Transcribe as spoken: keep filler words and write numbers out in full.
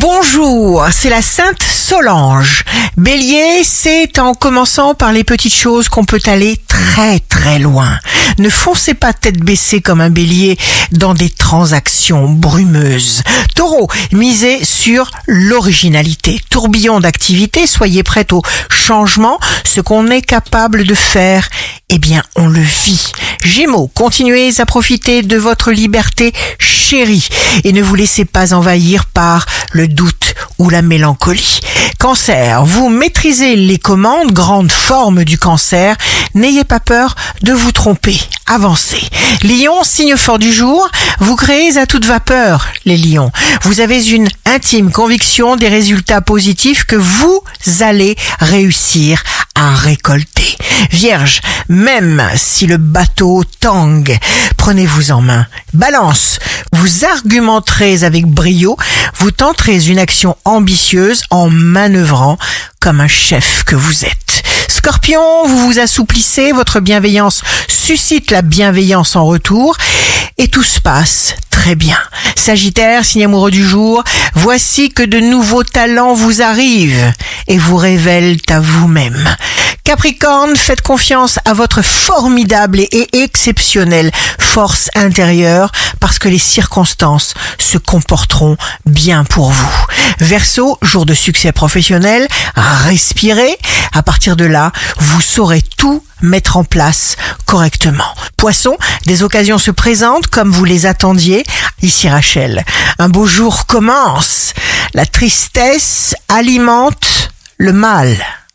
Bonjour, c'est la Sainte Solange. Bélier, c'est en commençant par les petites choses qu'on peut aller très très loin. Ne foncez pas tête baissée comme un bélier dans des transactions brumeuses. Taureau, misez sur l'originalité. Tourbillon d'activité, soyez prêts au changement. Ce qu'on est capable de faire, eh bien on le vit. Gémeaux, continuez à profiter de votre liberté chérie et ne vous laissez pas envahir par le doute ou la mélancolie. Cancer, vous maîtrisez les commandes, grande forme du cancer. N'ayez pas peur de vous tromper. Avancez. Lion, signe fort du jour, vous créez à toute vapeur, les lions. Vous avez une intime conviction des résultats positifs que vous allez réussir à récolter. Vierge, même si le bateau tangue, prenez-vous en main. Balance, vous argumenterez avec brio, vous tenterez une action ambitieuse en manœuvrant comme un chef que vous êtes. Scorpion, vous vous assouplissez, votre bienveillance suscite la bienveillance en retour et tout se passe très bien. Sagittaire, signe amoureux du jour, voici que de nouveaux talents vous arrivent et vous révèlent à vous-même. Capricorne, faites confiance à votre formidable et exceptionnelle force intérieure parce que les circonstances se comporteront bien pour vous. Verseau, jour de succès professionnel, respirez. À partir de là, vous saurez tout mettre en place correctement. Poisson, des occasions se présentent comme vous les attendiez. Ici Rachel, un beau jour commence. La tristesse alimente le mal.